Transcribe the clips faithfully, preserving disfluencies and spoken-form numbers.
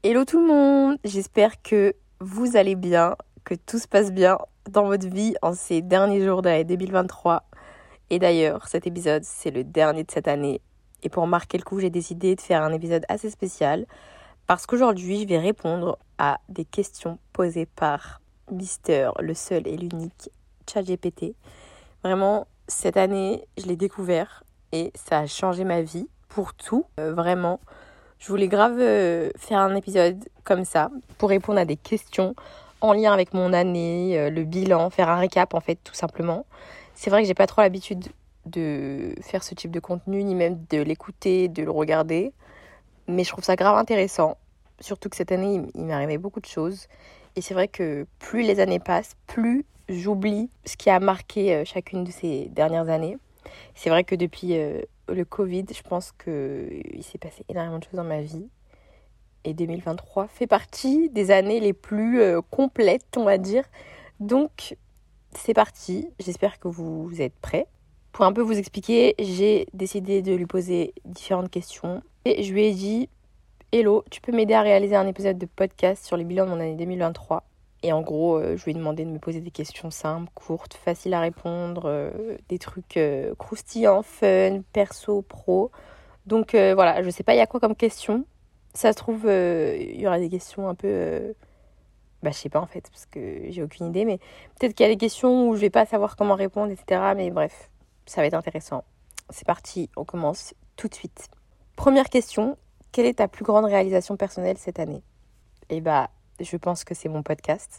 Hello tout le monde, j'espère que vous allez bien, que tout se passe bien dans votre vie en ces derniers jours de l'année deux mille vingt-trois. Et d'ailleurs, cet épisode, c'est le dernier de cette année. Et pour marquer le coup, j'ai décidé de faire un épisode assez spécial parce qu'aujourd'hui, je vais répondre à des questions posées par Mister, le seul et l'unique ChatGPT. Vraiment, cette année, je l'ai découvert et ça a changé ma vie pour tout, euh, vraiment. Je voulais grave euh, faire un épisode comme ça pour répondre à des questions en lien avec mon année, euh, le bilan, faire un récap en fait tout simplement. C'est vrai que j'ai pas trop l'habitude de faire ce type de contenu, ni même de l'écouter, de le regarder. Mais je trouve ça grave intéressant. Surtout que cette année, il, il m'est arrivé beaucoup de choses. Et c'est vrai que plus les années passent, plus j'oublie ce qui a marqué euh, chacune de ces dernières années. C'est vrai que depuis euh, le Covid, je pense qu'il s'est passé énormément de choses dans ma vie. Et deux mille vingt-trois fait partie des années les plus euh, complètes, on va dire. Donc, c'est parti. J'espère que vous, vous êtes prêts. Pour un peu vous expliquer, j'ai décidé de lui poser différentes questions. Et je lui ai dit, hello, tu peux m'aider à réaliser un épisode de podcast sur les bilans de mon année deux mille vingt-trois. Et en gros, euh, je lui ai demandé de me poser des questions simples, courtes, faciles à répondre, euh, des trucs euh, croustillants, fun, perso, pro. Donc euh, voilà, je sais pas il y a quoi comme question. Ça se trouve, euh, il y aura des questions un peu... Euh... Bah je sais pas en fait, parce que j'ai aucune idée. Mais peut-être qu'il y a des questions où je vais pas savoir comment répondre, et cetera. Mais bref, ça va être intéressant. C'est parti, on commence tout de suite. Première question, quelle est ta plus grande réalisation personnelle cette année ? Et bah... je pense que c'est mon podcast.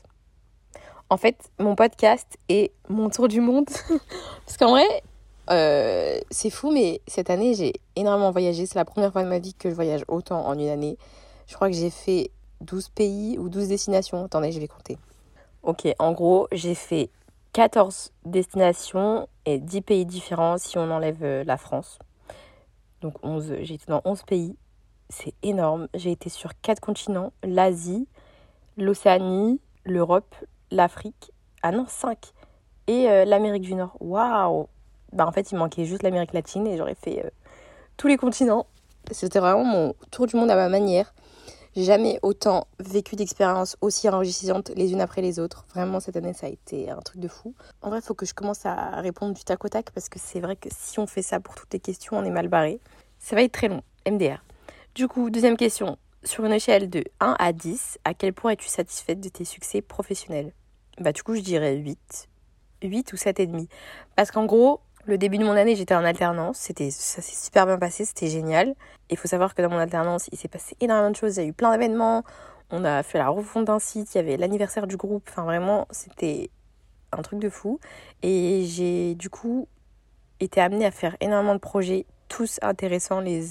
En fait, mon podcast est mon tour du monde. Parce qu'en vrai, euh, c'est fou, mais cette année, j'ai énormément voyagé. C'est la première fois de ma vie que je voyage autant en une année. Je crois que j'ai fait douze pays ou douze destinations. Attendez, je vais compter. Ok, en gros, j'ai fait quatorze destinations et dix pays différents si on enlève la France. Donc onze, j'ai été dans onze pays. C'est énorme. J'ai été sur quatre continents. L'Asie, l'Océanie, l'Europe, l'Afrique, ah non, cinq, et euh, l'Amérique du Nord. Waouh! Bah en fait, il manquait juste l'Amérique latine et j'aurais fait euh, tous les continents. C'était vraiment mon tour du monde à ma manière. J'ai jamais autant vécu d'expériences aussi enrichissantes les unes après les autres. Vraiment, cette année, ça a été un truc de fou. En vrai, il faut que je commence à répondre du tac au tac parce que c'est vrai que si on fait ça pour toutes les questions, on est mal barré. Ça va être très long, M D R. Du coup, deuxième question. Sur une échelle de un à dix, à quel point es-tu satisfaite de tes succès professionnels ? Bah du coup, je dirais huit. huit ou sept virgule cinq. Parce qu'en gros, le début de mon année, j'étais en alternance. C'était, ça s'est super bien passé, c'était génial. Il faut savoir que dans mon alternance, il s'est passé énormément de choses. Il y a eu plein d'événements. On a fait la refonte d'un site, il y avait l'anniversaire du groupe. Enfin, vraiment, c'était un truc de fou. Et j'ai du coup été amenée à faire énormément de projets, tous intéressants les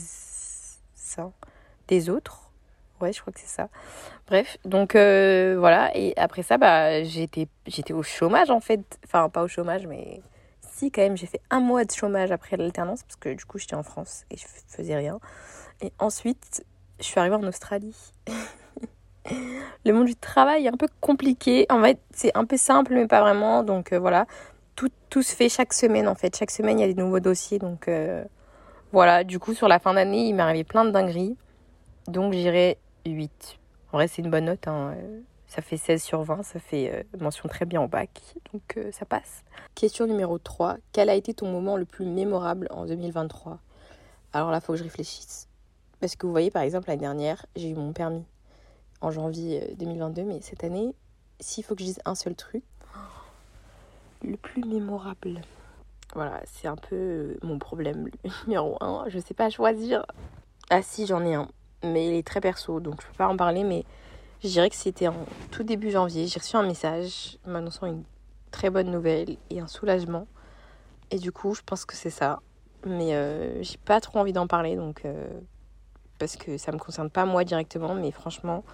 uns des autres. Ouais, je crois que c'est ça. Bref, donc euh, voilà. Et après ça, bah, j'étais, j'étais au chômage en fait. Enfin, pas au chômage, mais si quand même. J'ai fait un mois de chômage après l'alternance parce que du coup, j'étais en France et je faisais rien. Et ensuite, je suis arrivée en Australie. Le monde du travail est un peu compliqué. En fait, c'est un peu simple, mais pas vraiment. Donc euh, voilà. Tout, tout se fait chaque semaine en fait. Chaque semaine, il y a des nouveaux dossiers. Donc euh, voilà. Du coup, sur la fin d'année, il m'est arrivé plein de dingueries. Donc j'irai huit. En vrai, c'est une bonne note. Hein. Ça fait seize sur vingt. Ça fait euh, mention très bien au bac. Donc euh, ça passe. Question numéro trois. Quel a été ton moment le plus mémorable en deux mille vingt-trois ? Alors là, il faut que je réfléchisse. Parce que vous voyez, par exemple, l'année dernière, j'ai eu mon permis en janvier deux mille vingt-deux. Mais cette année, s'il faut que je dise un seul truc, le plus mémorable. Voilà, c'est un peu mon problème numéro un. Je ne sais pas choisir. Ah si, j'en ai un. Mais il est très perso, donc je peux pas en parler, mais je dirais que c'était en tout début janvier. J'ai reçu un message m'annonçant une très bonne nouvelle et un soulagement. Et du coup, je pense que c'est ça. Mais euh, j'ai pas trop envie d'en parler, donc euh, parce que ça me concerne pas moi directement. Mais franchement,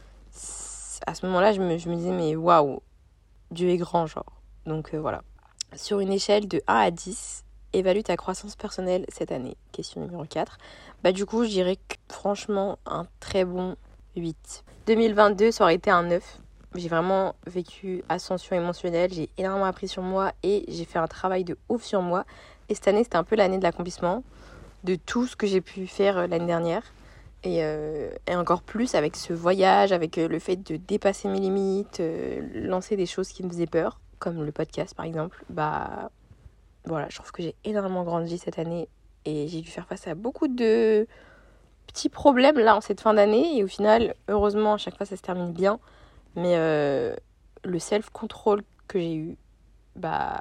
à ce moment-là, je me, je me disais, mais waouh, Dieu est grand, genre. Donc euh, voilà. Sur une échelle de un à dix, évalue ta croissance personnelle cette année. Question numéro quatre. Bah du coup, je dirais que franchement, un très bon huit. deux mille vingt-deux, ça aurait été un neuf. J'ai vraiment vécu ascension émotionnelle. J'ai énormément appris sur moi et j'ai fait un travail de ouf sur moi. Et cette année, c'était un peu l'année de l'accomplissement de tout ce que j'ai pu faire l'année dernière. Et, euh, et encore plus avec ce voyage, avec euh, le fait de dépasser mes limites, euh, lancer des choses qui me faisaient peur, comme le podcast par exemple, bah voilà, je trouve que j'ai énormément grandi cette année et j'ai dû faire face à beaucoup de petits problèmes là en cette fin d'année. Et au final, heureusement, à chaque fois ça se termine bien. Mais euh, le self-control que j'ai eu, bah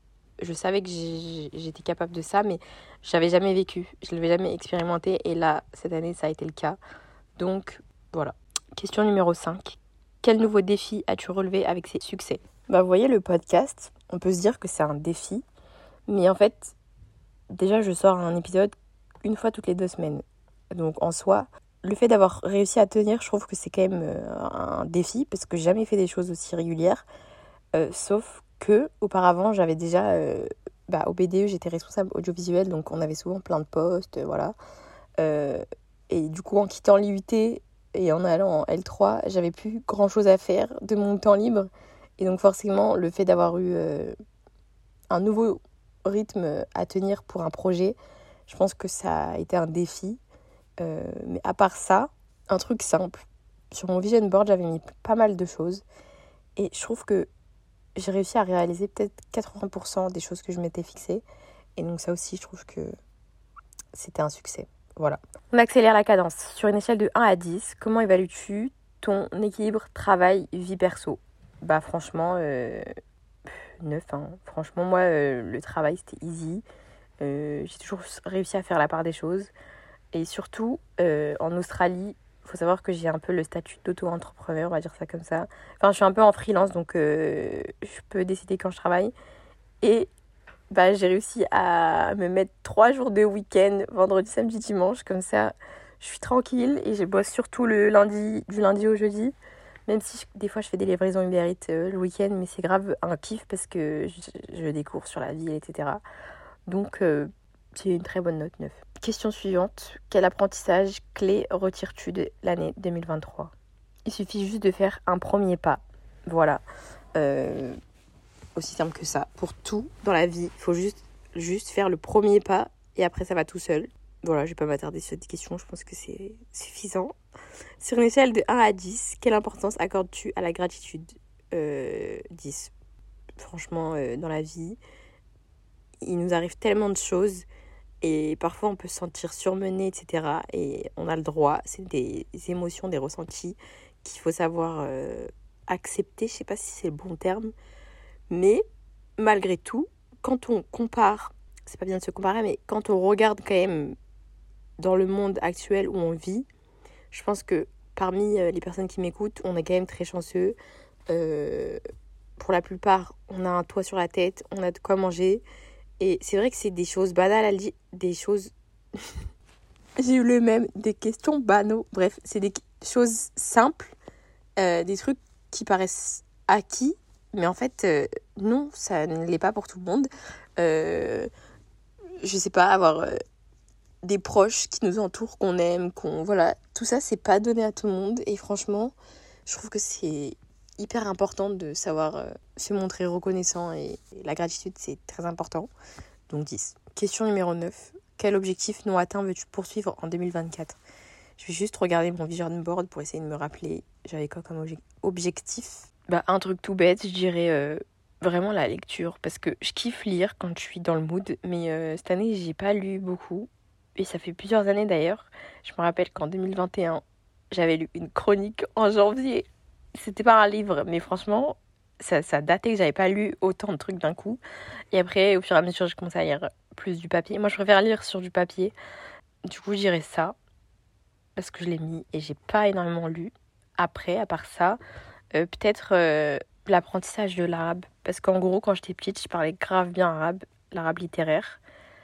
je savais que j'ai, j'étais capable de ça, mais je l'avais jamais vécu, je l'avais jamais expérimenté. Et là, cette année, ça a été le cas. Donc voilà. Question numéro cinq. Quel nouveau défi as-tu relevé avec ces succès ? Bah vous voyez, le podcast, on peut se dire que c'est un défi. Mais en fait, déjà, je sors un épisode une fois toutes les deux semaines. Donc, en soi, le fait d'avoir réussi à tenir, je trouve que c'est quand même euh, un défi parce que j'ai jamais fait des choses aussi régulières. Euh, sauf que, auparavant, j'avais déjà... Euh, bah, au B D E, j'étais responsable audiovisuel, donc on avait souvent plein de postes, euh, voilà. Euh, et du coup, en quittant l'I U T et en allant en L trois, j'avais plus grand-chose à faire de mon temps libre. Et donc, forcément, le fait d'avoir eu euh, un nouveau rythme à tenir pour un projet, je pense que ça a été un défi. Euh, mais à part ça, un truc simple. Sur mon vision board, j'avais mis pas mal de choses. Et je trouve que j'ai réussi à réaliser peut-être quatre-vingts pour cent des choses que je m'étais fixées. Et donc ça aussi, je trouve que c'était un succès. Voilà. On accélère la cadence. Sur une échelle de un à dix, comment évalues-tu ton équilibre travail-vie perso ? Bah franchement... Euh... neuf. Hein. Franchement, moi, euh, le travail, c'était easy. Euh, j'ai toujours réussi à faire la part des choses. Et surtout, euh, en Australie, il faut savoir que j'ai un peu le statut d'auto-entrepreneur, on va dire ça comme ça. Enfin, je suis un peu en freelance, donc euh, je peux décider quand je travaille. Et bah, j'ai réussi à me mettre trois jours de week-end, vendredi, samedi, dimanche. Comme ça, je suis tranquille et je bosse surtout le lundi, du lundi au jeudi. Même si je, des fois je fais des livraisons Uber Eats euh, le week-end, mais c'est grave un kiff parce que je, je découvre sur la vie, et cetera. Donc euh, c'est une très bonne note, neuf. Question suivante. Quel apprentissage clé retires-tu de l'année deux mille vingt-trois ? Il suffit juste de faire un premier pas. Voilà. Euh, aussi simple que ça. Pour tout dans la vie, il faut juste, juste faire le premier pas et après ça va tout seul. Voilà, je vais pas m'attarder sur cette question, je pense que c'est suffisant. Sur une échelle de un à dix, quelle importance accordes-tu à la gratitude ? euh, dix. Franchement, euh, dans la vie, il nous arrive tellement de choses et parfois on peut se sentir surmené, et cetera. Et on a le droit, c'est des émotions, des ressentis qu'il faut savoir euh, accepter. Je sais pas si c'est le bon terme, mais malgré tout, quand on compare, c'est pas bien de se comparer, mais quand on regarde quand même dans le monde actuel où on vit, je pense que parmi les personnes qui m'écoutent, on est quand même très chanceux. Euh, pour la plupart, on a un toit sur la tête, on a de quoi manger. Et c'est vrai que c'est des choses banales, à dire, des choses... J'ai eu le même, des questions banaux. Bref, c'est des choses simples, euh, des trucs qui paraissent acquis. Mais en fait, euh, non, ça ne l'est pas pour tout le monde. Euh, je sais pas, avoir... Euh, des proches qui nous entourent, qu'on aime, qu'on... Voilà, tout ça, c'est pas donné à tout le monde. Et franchement, je trouve que c'est hyper important de savoir euh, se montrer reconnaissant. Et, et la gratitude, c'est très important. Donc dix. Question numéro neuf. Quel objectif non atteint veux-tu poursuivre en deux mille vingt-quatre ? Je vais juste regarder mon vision board pour essayer de me rappeler. J'avais quoi comme obje- objectif ? Bah, un truc tout bête, je dirais... Euh, vraiment la lecture. Parce que je kiffe lire quand je suis dans le mood. Mais euh, cette année, j'ai pas lu beaucoup. Et ça fait plusieurs années d'ailleurs. Je me rappelle qu'en deux mille vingt et un, j'avais lu une chronique en janvier. C'était pas un livre, mais franchement, ça, ça datait que j'avais pas lu autant de trucs d'un coup. Et après, au fur et à mesure, j'ai commencé à lire plus du papier. Moi, je préfère lire sur du papier. Du coup, je dirais ça. Parce que je l'ai mis et j'ai pas énormément lu. Après, à part ça, euh, peut-être euh, l'apprentissage de l'arabe. Parce qu'en gros, quand j'étais petite, je parlais grave bien arabe, l'arabe littéraire.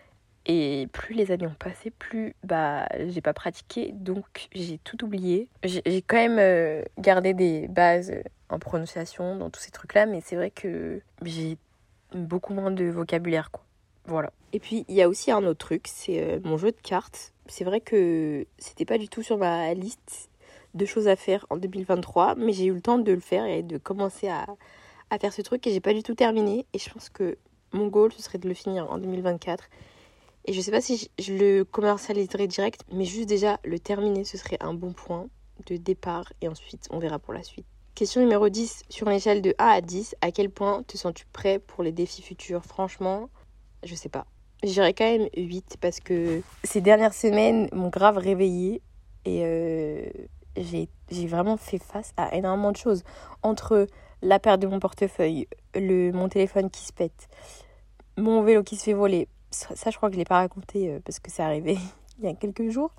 Et plus les années ont passé, plus bah, j'ai pas pratiqué, donc j'ai tout oublié. J'ai, j'ai quand même euh, gardé des bases en prononciation, dans tous ces trucs-là, mais c'est vrai que j'ai beaucoup moins de vocabulaire, quoi. Voilà. Et puis, il y a aussi un autre truc, c'est euh, mon jeu de cartes. C'est vrai que c'était pas du tout sur ma liste de choses à faire en deux mille vingt-trois, mais j'ai eu le temps de le faire et de commencer à, à faire ce truc et j'ai pas du tout terminé. Et je pense que mon goal, ce serait de le finir en deux mille vingt-quatre. Et je sais pas si je, je le commercialiserai direct, mais juste déjà le terminer, ce serait un bon point de départ. Et ensuite, on verra pour la suite. Question numéro dix. Sur une échelle de un à dix, à quel point te sens-tu prêt pour les défis futurs? Franchement, je sais pas. J'irais quand même huit parce que ces dernières semaines m'ont grave réveillée. Et euh, j'ai, j'ai vraiment fait face à énormément de choses. Entre la perte de mon portefeuille, le, mon téléphone qui se pète, mon vélo qui se fait voler. Ça, je crois que je ne l'ai pas raconté euh, parce que c'est arrivé il y a quelques jours.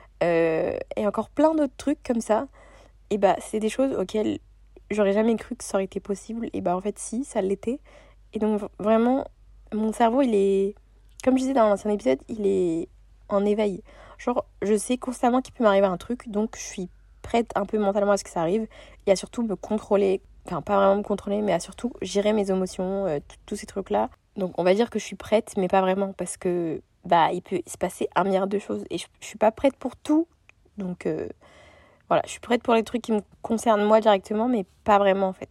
Euh, et encore plein d'autres trucs comme ça. Et bah, c'est des choses auxquelles j'aurais jamais cru que ça aurait été possible. Et bah, en fait, si, ça l'était. Et donc, vraiment, mon cerveau, il est... Comme je disais dans l'ancien épisode, il est en éveil. Genre, je sais constamment qu'il peut m'arriver un truc. Donc, je suis prête un peu mentalement à ce que ça arrive. Et à surtout me contrôler. Enfin, pas vraiment me contrôler, mais à surtout gérer mes émotions. Euh, tous ces trucs-là. Donc, on va dire que je suis prête, mais pas vraiment. Parce que, bah, il peut se passer un milliard de choses. Et je, je suis pas prête pour tout. Donc... Euh, Voilà, je suis prête pour les trucs qui me concernent moi directement, mais pas vraiment en fait.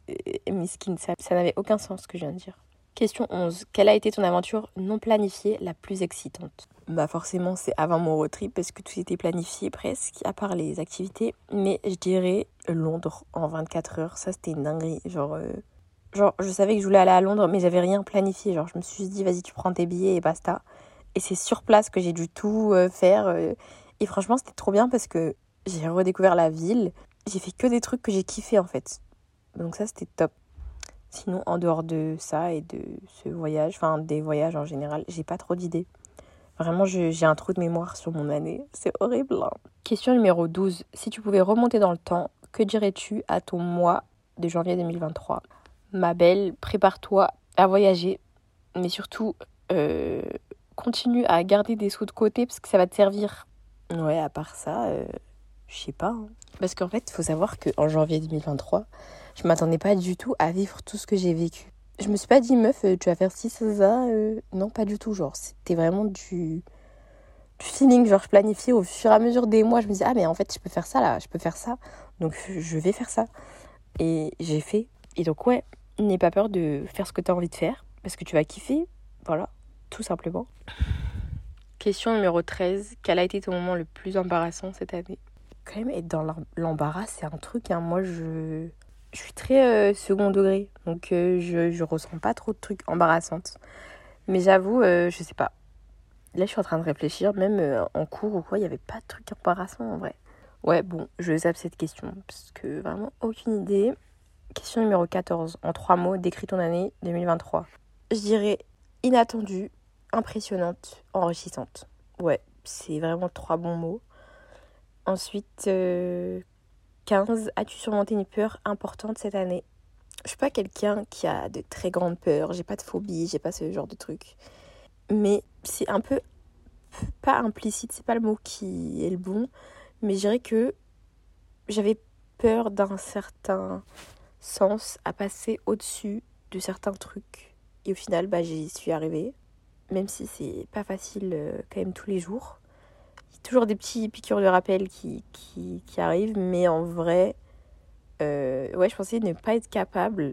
Miskin, ça, ça n'avait aucun sens ce que je viens de dire. Question onze. Quelle a été ton aventure non planifiée la plus excitante? Bah forcément, c'est avant mon road trip parce que tout était planifié presque, à part les activités. Mais je dirais Londres en vingt-quatre heures. Ça, c'était une dinguerie. Genre, euh, genre, je savais que je voulais aller à Londres, mais j'avais rien planifié. Genre, je me suis dit, vas-y, tu prends tes billets et basta. Et c'est sur place que j'ai dû tout euh, faire. Euh, et franchement, c'était trop bien parce que j'ai redécouvert la ville. J'ai fait que des trucs que j'ai kiffé en fait. Donc ça, c'était top. Sinon, en dehors de ça et de ce voyage, enfin des voyages en général, j'ai pas trop d'idées. Vraiment, je, j'ai un trou de mémoire sur mon année. C'est horrible. Hein. Question numéro douze. Si tu pouvais remonter dans le temps, que dirais-tu à ton mois de janvier deux mille vingt-trois? Ma belle, prépare-toi à voyager. Mais surtout, euh, continue à garder des sous de côté parce que ça va te servir. Ouais, à part ça... Euh... Je sais pas. Hein. Parce qu'en fait, il faut savoir qu'en janvier deux mille vingt-trois, je m'attendais pas du tout à vivre tout ce que j'ai vécu. Je me suis pas dit, meuf, tu vas faire ci, ça, ça. Euh... Non, pas du tout. Genre, c'était vraiment du... du feeling. Genre, je planifiais au fur et à mesure des mois. Je me disais, ah, mais en fait, je peux faire ça là, je peux faire ça. Donc, je vais faire ça. Et j'ai fait. Et donc, ouais, n'aie pas peur de faire ce que tu as envie de faire. Parce que tu vas kiffer. Voilà, tout simplement. Question numéro treize. Quel a été ton moment le plus embarrassant cette année? Quand même être dans l'embarras, c'est un truc, hein. Moi je je suis très euh, second degré, donc euh, je je ressens pas trop de trucs embarrassants, mais j'avoue euh, je sais pas, là je suis en train de réfléchir, même euh, en cours ou quoi, il y avait pas de trucs embarrassants en vrai. Ouais, bon, je zappe cette question parce que vraiment aucune idée. Question numéro quatorze. En trois mots, décris ton année deux mille vingt-trois. Je dirais inattendue, impressionnante, enrichissante. Ouais, c'est vraiment trois bons mots. Ensuite, euh, quinze. As-tu surmonté une peur importante cette année? Je suis pas quelqu'un qui a de très grandes peurs. J'ai pas de phobie, j'ai pas ce genre de truc. Mais c'est un peu... Pas implicite, c'est pas le mot qui est le bon. Mais je dirais que j'avais peur d'un certain sens à passer au-dessus de certains trucs. Et au final, bah, j'y suis arrivée. Même si c'est pas facile euh, quand même tous les jours. Toujours des petits piqûres de rappel qui, qui, qui arrivent, mais en vrai, euh, ouais, je pensais ne pas être capable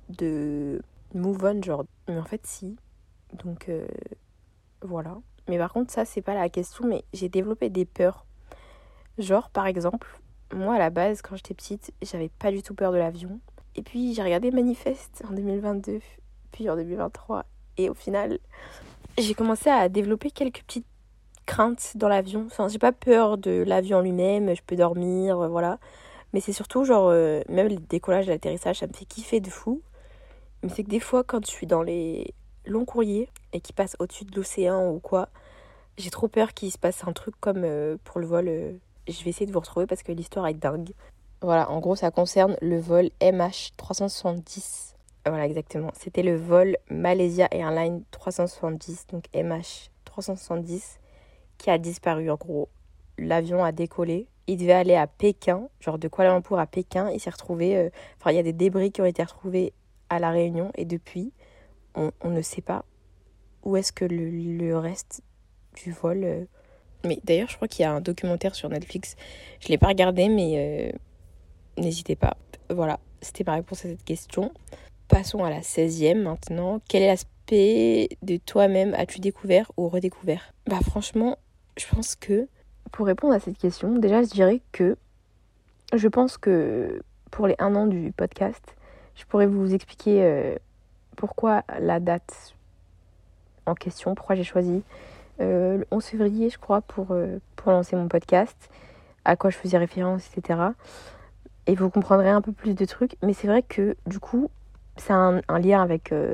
de move on, genre. Mais en fait, si. Donc, euh, voilà. Mais par contre, ça, c'est pas la question, mais j'ai développé des peurs. Genre, par exemple, moi, à la base, quand j'étais petite, j'avais pas du tout peur de l'avion. Et puis, j'ai regardé Manifest en deux mille vingt-deux, puis en deux mille vingt-trois. Et au final, j'ai commencé à développer quelques petites crainte dans l'avion. Enfin, j'ai pas peur de l'avion en lui-même, je peux dormir, euh, voilà. Mais c'est surtout genre, euh, même le décollage et l'atterrissage, ça me fait kiffer de fou. Mais c'est que des fois, quand je suis dans les longs courriers et qui passent au-dessus de l'océan ou quoi, j'ai trop peur qu'il se passe un truc comme euh, pour le vol. Euh, je vais essayer de vous retrouver parce que l'histoire est dingue. Voilà, en gros, ça concerne le vol M H trois cent soixante-dix. Voilà, exactement. C'était le vol Malaysia Airlines trois cent soixante-dix, donc M H trois cent soixante-dix. Qui a disparu en gros. L'avion a décollé. Il devait aller à Pékin, genre de Kuala Lumpur à Pékin. Il s'est retrouvé... Euh... Enfin, il y a des débris qui ont été retrouvés à La Réunion. Et depuis, on, on ne sait pas où est-ce que le, le reste du vol... Euh... Mais d'ailleurs, je crois qu'il y a un documentaire sur Netflix. Je ne l'ai pas regardé, mais euh... n'hésitez pas. Voilà, c'était ma réponse à cette question. passons à la seizième maintenant. Quel est l'aspect de toi-même as-tu découvert ou redécouvert? Bah franchement, je pense que pour répondre à cette question, déjà je dirais que je pense que pour les un an du podcast, je pourrais vous expliquer euh, pourquoi la date en question, pourquoi j'ai choisi euh, le onze février, je crois, pour, euh, pour lancer mon podcast, à quoi je faisais référence, et cetera. Et vous comprendrez un peu plus de trucs. Mais c'est vrai que, du coup, c'est un, un lien avec euh,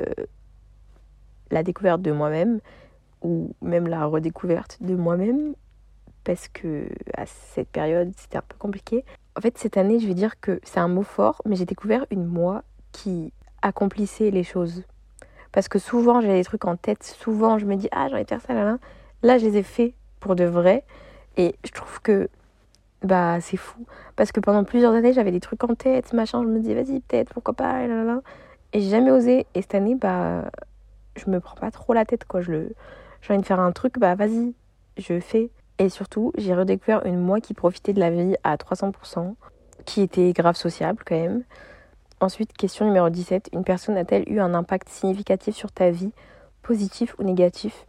la découverte de moi-même, ou même la redécouverte de moi-même, parce que à cette période, c'était un peu compliqué. En fait, cette année, je vais dire que c'est un mot fort, mais j'ai découvert une moi qui accomplissait les choses. Parce que souvent, j'ai des trucs en tête, souvent, je me dis « Ah, j'ai envie de faire ça, là, là ». Là, je les ai faits pour de vrai. Et je trouve que bah, c'est fou. Parce que pendant plusieurs années, j'avais des trucs en tête, machin. Je me disais « Vas-y, peut-être, pourquoi pas, et là, là, là ». Et j'ai jamais osé. Et cette année, bah, je me prends pas trop la tête, quoi. Je le... J'ai envie de faire un truc, bah, vas-y, je fais. Et surtout, j'ai redécouvert une moi qui profitait de la vie à trois cents pour cent, qui était grave sociable, quand même. Ensuite, question numéro dix-sept. Une personne a-t-elle eu un impact significatif sur ta vie, positif ou négatif?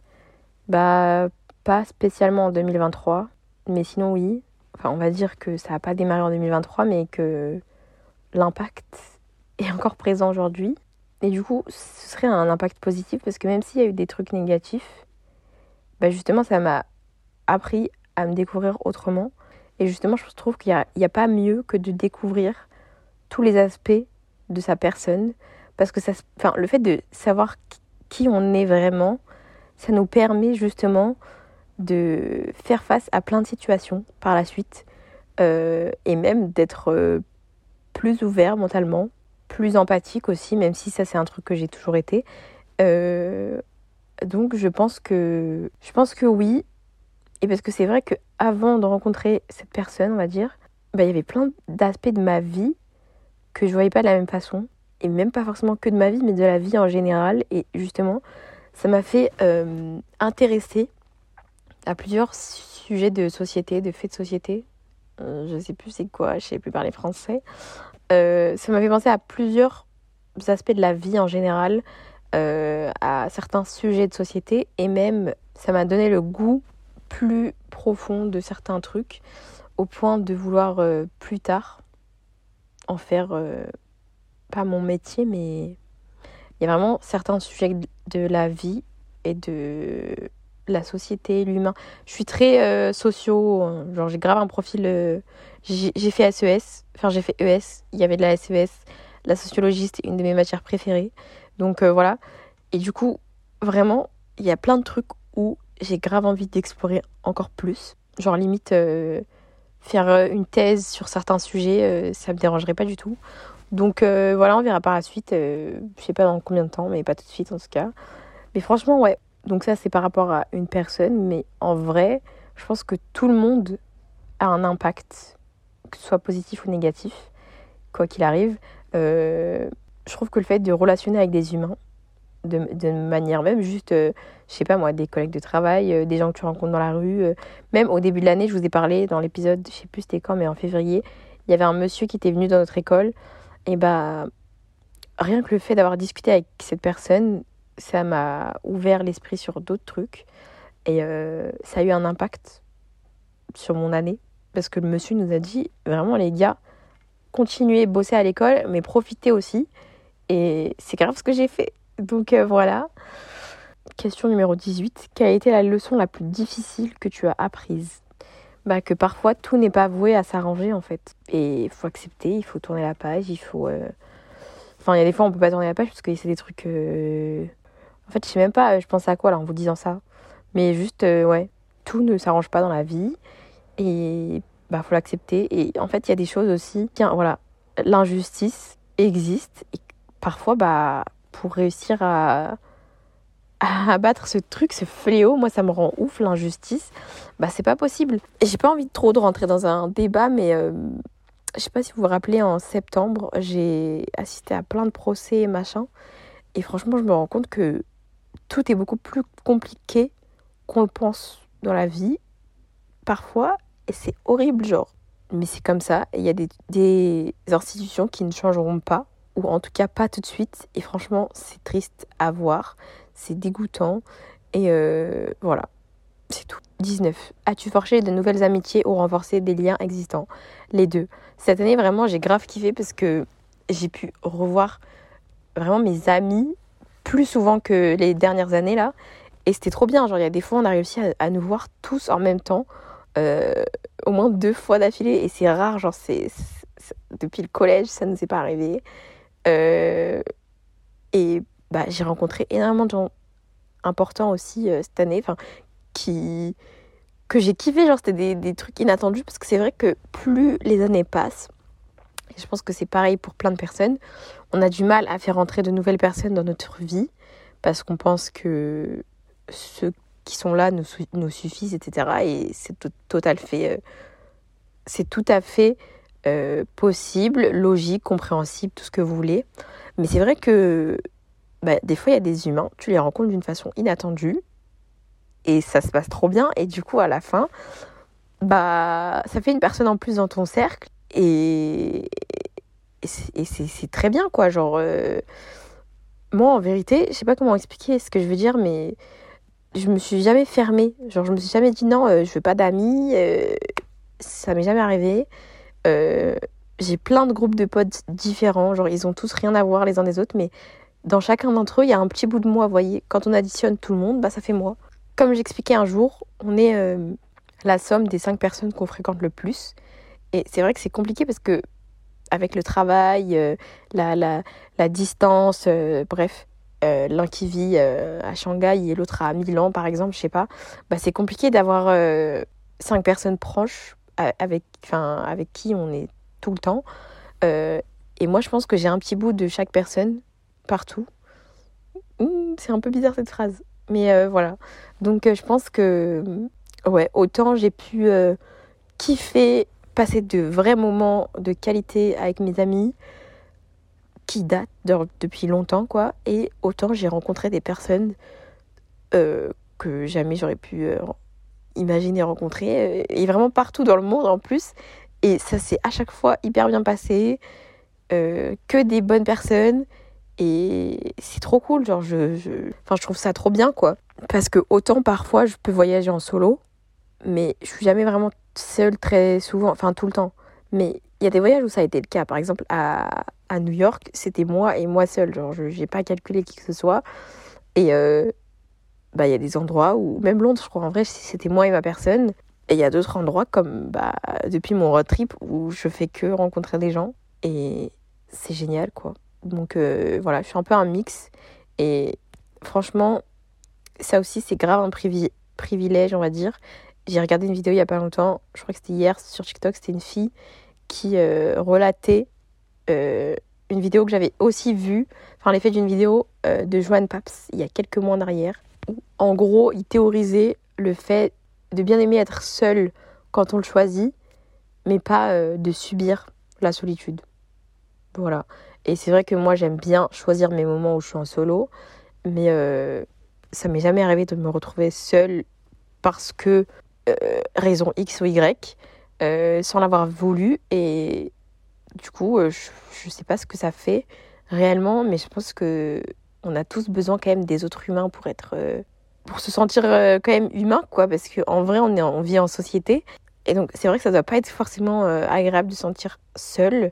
Bah, pas spécialement en deux mille vingt-trois, mais sinon oui. Enfin, on va dire que ça n'a pas démarré en deux mille vingt-trois, mais que l'impact est encore présent aujourd'hui. Et du coup, ce serait un impact positif, parce que même s'il y a eu des trucs négatifs, bah justement, ça m'a appris à me découvrir autrement. Et justement, je trouve qu'il n'y a, il y a pas mieux que de découvrir tous les aspects de sa personne, parce que ça, enfin, le fait de savoir qui on est vraiment, ça nous permet justement de faire face à plein de situations par la suite, euh, et même d'être euh, plus ouvert mentalement, plus empathique aussi, même si ça c'est un truc que j'ai toujours été. Euh, donc je pense que je pense que oui, et parce que c'est vrai que avant de rencontrer cette personne, on va dire, bah, il y avait plein d'aspects de ma vie que je voyais pas de la même façon, et même pas forcément que de ma vie, mais de la vie en général. Et justement, ça m'a fait euh, intéresser à plusieurs sujets de société, de faits de société. Euh, je sais plus c'est quoi, je sais plus parler français. Euh, ça m'a fait penser à plusieurs aspects de la vie en général, euh, à certains sujets de société, et même ça m'a donné le goût plus profond de certains trucs, au point de vouloir euh, plus tard en faire, euh, pas mon métier, mais il y a vraiment certains sujets de la vie et de la société, l'humain. Je suis très euh, socio, hein, genre j'ai grave un profil, euh, j'ai, j'ai fait S E S, enfin j'ai fait E S, il y avait de la S E S, la sociologie c'était une de mes matières préférées, donc euh, voilà. Et du coup, vraiment, il y a plein de trucs où j'ai grave envie d'explorer encore plus, genre limite euh, faire une thèse sur certains sujets, euh, ça me dérangerait pas du tout. Donc euh, voilà, on verra par la suite, euh, je sais pas dans combien de temps, mais pas tout de suite en tout cas. Mais franchement, ouais. Donc ça, c'est par rapport à une personne, mais en vrai, je pense que tout le monde a un impact, que ce soit positif ou négatif, quoi qu'il arrive. Euh, je trouve que le fait de relationner avec des humains, de, de manière même juste, euh, je sais pas moi, des collègues de travail, euh, des gens que tu rencontres dans la rue, euh, même au début de l'année, je vous ai parlé dans l'épisode, je sais plus c'était quand, mais en février, il y avait un monsieur qui était venu dans notre école, et bah, rien que le fait d'avoir discuté avec cette personne, ça m'a ouvert l'esprit sur d'autres trucs. Et euh, ça a eu un impact sur mon année. Parce que le monsieur nous a dit, vraiment les gars, continuez, bosser à l'école, mais profitez aussi. Et c'est grave ce que j'ai fait. Donc euh, voilà. Question numéro dix-huit. Quelle a été la leçon la plus difficile que tu as apprise? Bah, que parfois, tout n'est pas voué à s'arranger, en fait. Et il faut accepter, il faut tourner la page, il faut... Euh... Enfin, il y a des fois, on peut pas tourner la page parce que c'est des trucs... Euh... En fait, je sais même pas, je pense à quoi, là, en vous disant ça. Mais juste, euh, ouais, tout ne s'arrange pas dans la vie. Et bah, faut l'accepter. Et en fait, il y a des choses aussi... Tiens, voilà, l'injustice existe. Et parfois, bah, pour réussir à... à abattre ce truc, ce fléau, moi ça me rend ouf, l'injustice, bah c'est pas possible. Et j'ai pas envie de trop de rentrer dans un débat, mais euh, je sais pas si vous vous rappelez, en septembre, j'ai assisté à plein de procès et machin, et franchement je me rends compte que tout est beaucoup plus compliqué qu'on le pense dans la vie, parfois, et c'est horrible, genre. Mais c'est comme ça, et il y a des, des institutions qui ne changeront pas, ou en tout cas pas tout de suite. Et franchement, c'est triste à voir, c'est dégoûtant. Et euh, voilà, c'est tout. dix-neuf. As-tu forgé de nouvelles amitiés ou renforcé des liens existants? Les deux. Cette année, vraiment, j'ai grave kiffé parce que j'ai pu revoir vraiment mes amis plus souvent que les dernières années là. Et c'était trop bien. Genre, il y a des fois, on a réussi à, à nous voir tous en même temps, euh, au moins deux fois d'affilée. Et c'est rare, genre, c'est, c'est- c'est- depuis le collège, ça ne nous est pas arrivé. Euh, et bah, j'ai rencontré énormément de gens importants aussi euh, cette année, enfin, qui que j'ai kiffé. Genre, c'était des, des trucs inattendus parce que c'est vrai que plus les années passent, et je pense que c'est pareil pour plein de personnes, on a du mal à faire entrer de nouvelles personnes dans notre vie parce qu'on pense que ceux qui sont là nous, su- nous suffisent, et cetera. Et c'est tout, total fait, euh, c'est tout à fait euh, possible, logique, compréhensible, tout ce que vous voulez. Mais c'est vrai que bah, des fois, il y a des humains, tu les rencontres d'une façon inattendue et ça se passe trop bien. Et du coup, à la fin, bah, ça fait une personne en plus dans ton cercle et, et c'est, et c'est- c'est très bien, quoi. Genre, euh, moi, en vérité, je sais pas comment expliquer ce que je veux dire, mais je me suis jamais fermée. Genre, je me suis jamais dit non, euh, je veux pas d'amis. euh, ça m'est jamais arrivé. Euh, j'ai plein de groupes de potes différents. Genre, ils ont tous rien à voir les uns des autres, mais dans chacun d'entre eux, il y a un petit bout de moi, vous voyez. Quand on additionne tout le monde, bah, ça fait moi. Comme j'expliquais un jour, on est euh, la somme des cinq personnes qu'on fréquente le plus. Et c'est vrai que c'est compliqué parce que avec le travail, euh, la, la, la distance, euh, bref, euh, l'un qui vit euh, à Shanghai et l'autre à Milan, par exemple, je sais pas, bah, c'est compliqué d'avoir euh, cinq personnes proches a- avec, enfin, avec qui on est tout le temps. Euh, et moi, je pense que j'ai un petit bout de chaque personne partout. Mmh, c'est un peu bizarre cette phrase, mais euh, voilà. Donc, euh, je pense que, ouais, autant j'ai pu euh, kiffer, passer de vrais moments de qualité avec mes amis qui datent de- depuis longtemps, quoi. Et autant j'ai rencontré des personnes euh, que jamais j'aurais pu euh, imaginer rencontrer. euh, Et vraiment partout dans le monde en plus. Et ça s'est à chaque fois hyper bien passé. euh, que des bonnes personnes. Et c'est trop cool. Genre, je, je... Enfin, je trouve ça trop bien, quoi. Parce que autant parfois je peux voyager en solo, mais je suis jamais vraiment seule très souvent, enfin tout le temps. Mais il y a des voyages où ça a été le cas. Par exemple, à, à New York, c'était moi et moi seule. Genre, je n'ai pas calculé qui que ce soit. Et euh, bah, il y a des endroits où, même Londres, je crois, en vrai, c'était moi et ma personne. Et il y a d'autres endroits, comme bah, depuis mon road trip, où je fais que rencontrer des gens. Et c'est génial, quoi. Donc euh, voilà, je suis un peu un mix. Et franchement, ça aussi, c'est grave un privi- privilège, on va dire. J'ai regardé une vidéo il y a pas longtemps, je crois que c'était hier sur TikTok, c'était une fille qui euh, relatait euh, une vidéo que j'avais aussi vue, enfin l'effet d'une vidéo euh, de Joanne Paps il y a quelques mois en arrière. Où, en gros, il théorisait le fait de bien aimer être seul quand on le choisit, mais pas euh, de subir la solitude. Voilà. Et c'est vrai que moi, j'aime bien choisir mes moments où je suis en solo, mais euh, ça m'est jamais arrivé de me retrouver seule parce que euh, raison X ou Y, euh, sans l'avoir voulu. Et du coup, euh, je, je sais pas ce que ça fait réellement, mais je pense que on a tous besoin quand même des autres humains pour être, euh, pour se sentir euh, quand même humain, quoi. Parce qu'en vrai, on est, on vit en société, et donc c'est vrai que ça doit pas être forcément euh, agréable de se sentir seul.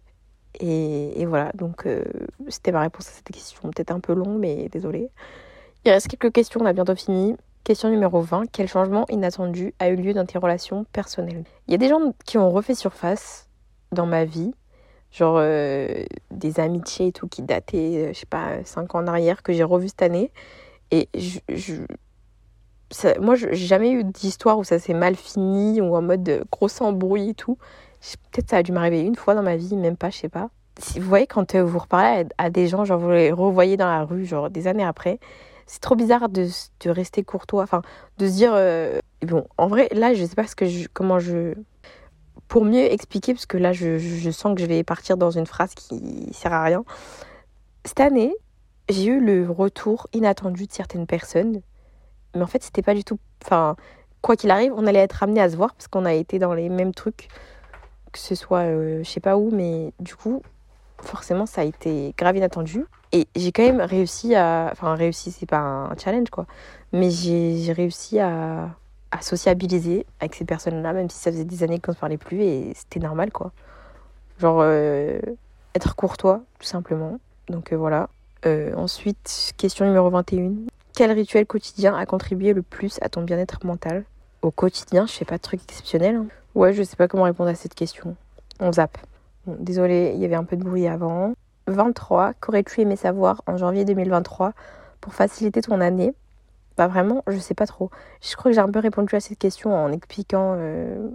Et, et voilà, donc euh, c'était ma réponse à cette question, peut-être un peu long, mais désolée. Il reste quelques questions, on a bientôt fini. Question numéro vingt. Quel changement inattendu a eu lieu dans tes relations personnelles? Il y a des gens qui ont refait surface dans ma vie, genre euh, des amitiés et tout qui dataient, euh, je sais pas, cinq ans en arrière, que j'ai revues cette année. Et je, je, ça- moi, je- j'ai jamais eu d'histoire où ça s'est mal fini ou en mode de gros embrouille et tout. Je- Peut-être ça a dû m'arriver une fois dans ma vie, même pas, je sais pas. Si vous voyez, quand euh, vous reparlez à, à des gens, genre vous les revoyez dans la rue, genre des années après, c'est trop bizarre de, s- de rester courtois, enfin, de se dire... euh, bon, en vrai, là, je sais pas ce que je, comment je... Pour mieux expliquer, parce que là, je, je je sens que je vais partir dans une phrase qui sert à rien. Cette année, j'ai eu le retour inattendu de certaines personnes, mais en fait, c'était pas du tout... Enfin, quoi qu'il arrive, on allait être amenés à se voir, parce qu'on a été dans les mêmes trucs, que ce soit, euh, je sais pas où, mais du coup, forcément, ça a été grave inattendu. Et j'ai quand même réussi à... Enfin, réussi, c'est pas un challenge, quoi. Mais j'ai, j'ai réussi à, à sociabiliser avec ces personnes-là, même si ça faisait des années qu'on ne se parlait plus. Et c'était normal, quoi. Genre, euh, être courtois, tout simplement. Donc, euh, voilà. Euh, ensuite, question numéro vingt et un. Quel rituel quotidien a contribué le plus à ton bien-être mental ? Au quotidien, je fais pas de trucs exceptionnels. Hein. Ouais, je sais pas comment répondre à cette question. On zappe. Bon, désolée, il y avait un peu de bruit avant. vingt-trois. Qu'aurais-tu aimé savoir en janvier deux mille vingt-trois pour faciliter ton année ? Bah vraiment, je sais pas trop. Je crois que j'ai un peu répondu à cette question en expliquant euh,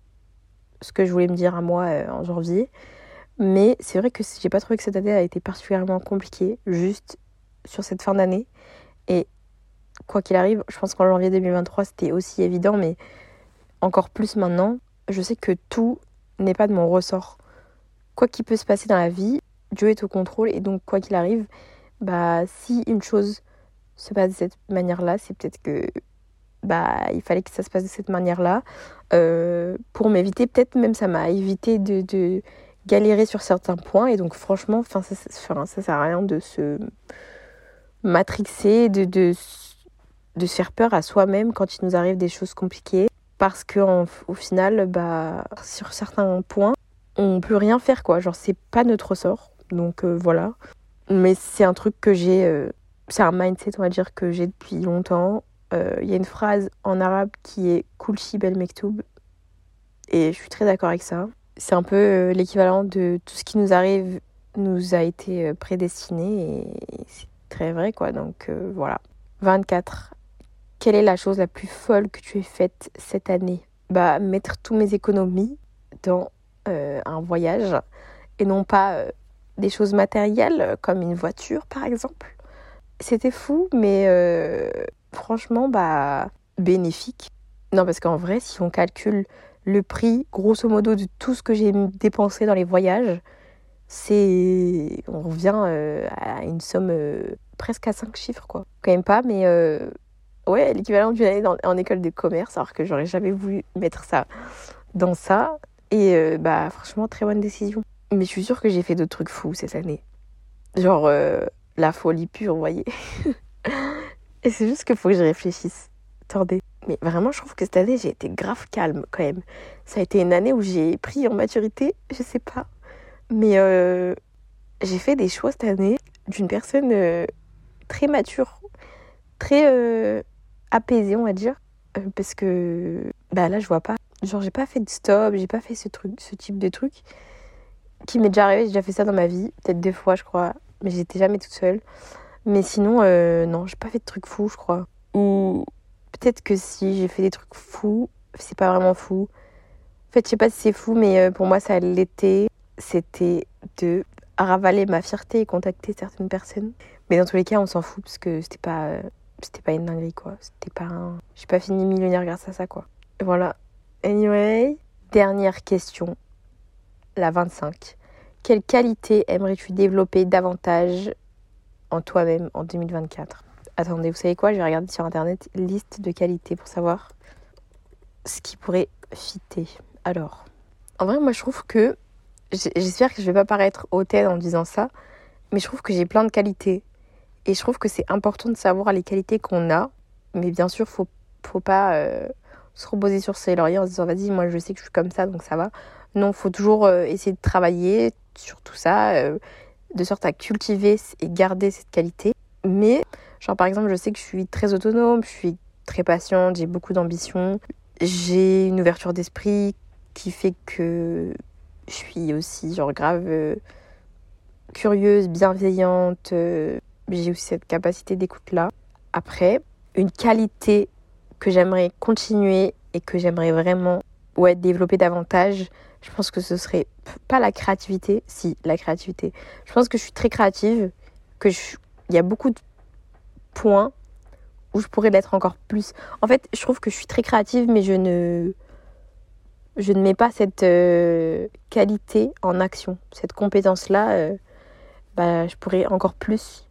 ce que je voulais me dire à moi euh, en janvier. Mais c'est vrai que j'ai pas trouvé que cette année a été particulièrement compliquée, juste sur cette fin d'année. Et quoi qu'il arrive, je pense qu'en janvier deux mille vingt-trois, c'était aussi évident, mais encore plus maintenant. Je sais que tout n'est pas de mon ressort. Quoi qu'il peut se passer dans la vie, Dieu est au contrôle. Et donc, quoi qu'il arrive, bah, si une chose se passe de cette manière-là, c'est peut-être que bah, il fallait que ça se passe de cette manière-là. Euh, pour m'éviter, peut-être même ça m'a évité de, de galérer sur certains points. Et donc, franchement, ça, ça, ça sert à rien de se matrixer, de, de, de se faire peur à soi-même quand il nous arrive des choses compliquées. Parce qu'au final, bah, sur certains points, on peut rien faire, quoi. Genre, c'est pas notre sort. Donc, euh, voilà. Mais c'est un truc que j'ai... Euh, c'est un mindset, on va dire, que j'ai depuis longtemps. Il euh, y a une phrase en arabe qui est « Kul shi bel mektoub ». Et je suis très d'accord avec ça. C'est un peu euh, l'équivalent de tout ce qui nous arrive nous a été euh, prédestiné. Et c'est très vrai, quoi. Donc, euh, voilà. vingt-quatre. Quelle est la chose la plus folle que tu aies faite cette année ? Bah, mettre tous mes économies dans euh, un voyage et non pas euh, des choses matérielles comme une voiture, par exemple. C'était fou, mais euh, franchement, bah, bénéfique. Non, parce qu'en vrai, si on calcule le prix, grosso modo, de tout ce que j'ai dépensé dans les voyages, c'est... on revient euh, à une somme euh, presque à cinq chiffres, quoi. Quand même pas, mais... Euh... ouais, l'équivalent d'une année dans, en école de commerce, alors que j'aurais jamais voulu mettre ça dans ça. Et euh, bah franchement, très bonne décision. Mais je suis sûre que j'ai fait d'autres trucs fous cette année. Genre euh, la folie pure, vous voyez. Et c'est juste qu'il faut que je réfléchisse. Attendez. Mais vraiment, je trouve que cette année, j'ai été grave calme quand même. Ça a été une année où j'ai pris en maturité, je sais pas. Mais euh, j'ai fait des choix cette année d'une personne euh, très mature, très... Euh, apaisée, on va dire, euh, parce que bah là je vois pas, genre j'ai pas fait de stop, j'ai pas fait ce truc, ce type de truc qui m'est déjà arrivé. J'ai déjà fait ça dans ma vie, peut-être deux fois je crois, mais j'étais jamais toute seule. Mais sinon euh, non, j'ai pas fait de trucs fous, je crois. Ou peut-être que si j'ai fait des trucs fous, c'est pas vraiment fou. En fait, je sais pas si c'est fou, mais euh, pour moi ça l'était. C'était de ravaler ma fierté et contacter certaines personnes. Mais dans tous les cas, on s'en fout parce que c'était pas euh, C'était pas une dinguerie, quoi. C'était pas un... J'ai pas fini millionnaire grâce à ça, quoi. Et voilà. Anyway, dernière question. La vingt-cinq. Quelle qualité aimerais-tu développer davantage en toi-même en deux mille vingt-quatre ? Attendez, vous savez quoi ? Je vais regarder sur Internet liste de qualités pour savoir ce qui pourrait fitter. Alors, en vrai, moi, je trouve que... J'espère que je vais pas paraître hautaine en disant ça, mais je trouve que j'ai plein de qualités. Et je trouve que c'est important de savoir les qualités qu'on a. Mais bien sûr, faut, faut pas euh, se reposer sur ses lauriers en se disant « Vas-y, moi je sais que je suis comme ça, donc ça va ». Non, faut toujours euh, essayer de travailler sur tout ça, euh, de sorte à cultiver et garder cette qualité. Mais, genre par exemple, je sais que je suis très autonome, je suis très patiente, j'ai beaucoup d'ambition. J'ai une ouverture d'esprit qui fait que je suis aussi genre grave euh, curieuse, bienveillante. Euh, j'ai aussi cette capacité d'écoute-là. Après, une qualité que j'aimerais continuer et que j'aimerais vraiment ouais, développer davantage, je pense que ce serait pas la créativité, si, la créativité. Je pense que je suis très créative, que je... il y a beaucoup de points où je pourrais l'être encore plus. En fait, je trouve que je suis très créative, mais je ne, je ne mets pas cette euh, qualité en action. Cette compétence-là, euh, bah, je pourrais encore plus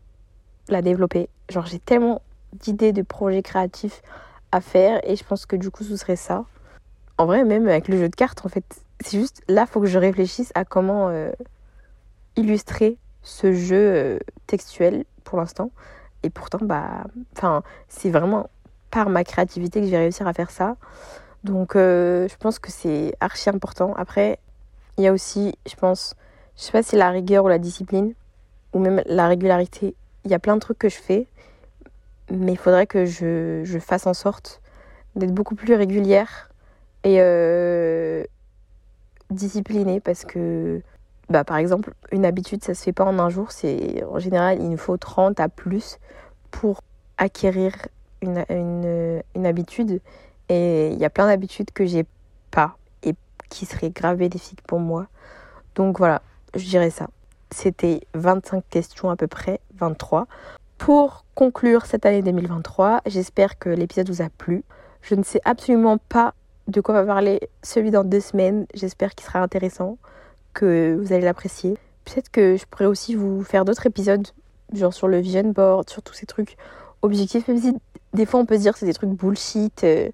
la développer. Genre, j'ai tellement d'idées de projets créatifs à faire et je pense que du coup, ce serait ça. En vrai, même avec le jeu de cartes, en fait, c'est juste là, il faut que je réfléchisse à comment, euh, illustrer ce jeu euh, textuel pour l'instant. Et pourtant, bah, enfin, c'est vraiment par ma créativité que j'ai réussi à faire ça. Donc, euh, je pense que c'est archi important. Après, il y a aussi, je pense, je sais pas si la rigueur ou la discipline, ou même la régularité. Il y a plein de trucs que je fais, mais il faudrait que je, je fasse en sorte d'être beaucoup plus régulière et euh, disciplinée, parce que, bah, par exemple, une habitude, ça se fait pas en un jour. C'est, en général, il nous faut trente à plus pour acquérir une, une, une habitude. Et il y a plein d'habitudes que j'ai pas et qui seraient grave bénéfiques pour moi. Donc voilà, je dirais ça. C'était vingt-cinq questions à peu près, vingt-trois. Pour conclure cette année deux mille vingt-trois, j'espère que l'épisode vous a plu. Je ne sais absolument pas de quoi va parler celui dans deux semaines. J'espère qu'il sera intéressant, que vous allez l'apprécier. Peut-être que je pourrais aussi vous faire d'autres épisodes, genre sur le vision board, sur tous ces trucs objectifs, même si des fois on peut se dire que c'est des trucs bullshit, euh,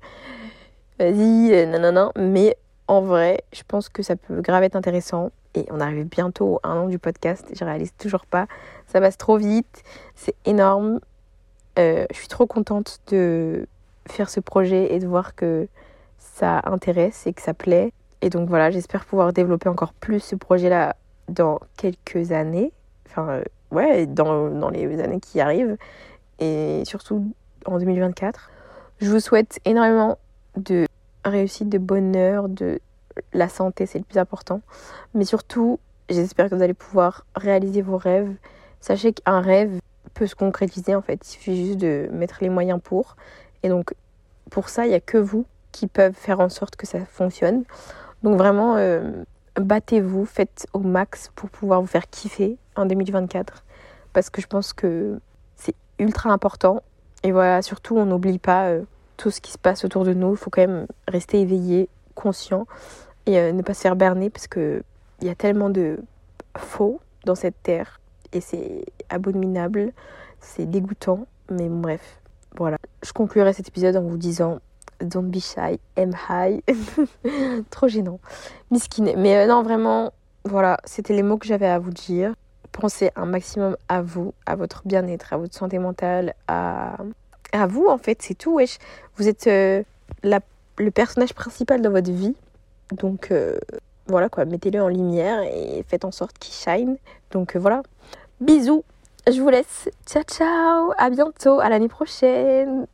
vas-y, euh, nanana, mais en vrai, je pense que ça peut grave être intéressant. Et on arrive bientôt à un an du podcast, je réalise toujours pas, ça passe trop vite, c'est énorme. Euh, je suis trop contente de faire ce projet et de voir que ça intéresse et que ça plaît. Et donc voilà, j'espère pouvoir développer encore plus ce projet-là dans quelques années. Enfin, euh, ouais, dans, dans les années qui arrivent. Et surtout en deux mille vingt-quatre. Je vous souhaite énormément de réussite, de bonheur, de la santé, c'est le plus important. Mais surtout, j'espère que vous allez pouvoir réaliser vos rêves. Sachez qu'un rêve peut se concrétiser en fait. Il suffit juste de mettre les moyens pour. Et donc, pour ça, il n'y a que vous qui peuvent faire en sorte que ça fonctionne. Donc vraiment, euh, battez-vous, faites au max pour pouvoir vous faire kiffer en deux mille vingt-quatre. Parce que je pense que c'est ultra important. Et voilà, surtout, on n'oublie pas euh, tout ce qui se passe autour de nous. Il faut quand même rester éveillé, conscient et euh, ne pas se faire berner, parce qu'il y a tellement de faux dans cette terre. Et c'est abominable, c'est dégoûtant. Mais bon, bref, voilà. Je conclurai cet épisode en vous disant... Don't be shy, aim high. Trop gênant. Miskine. Mais euh, non, vraiment, voilà, c'était les mots que j'avais à vous dire. Pensez un maximum à vous, à votre bien-être, à votre santé mentale, à, à vous en fait, c'est tout, wesh. Vous êtes euh, la... le personnage principal dans votre vie. Donc euh, voilà quoi, mettez-le en lumière et faites en sorte qu'il shine. Donc euh, voilà. Bisous, je vous laisse. Ciao ciao, à bientôt, à l'année prochaine.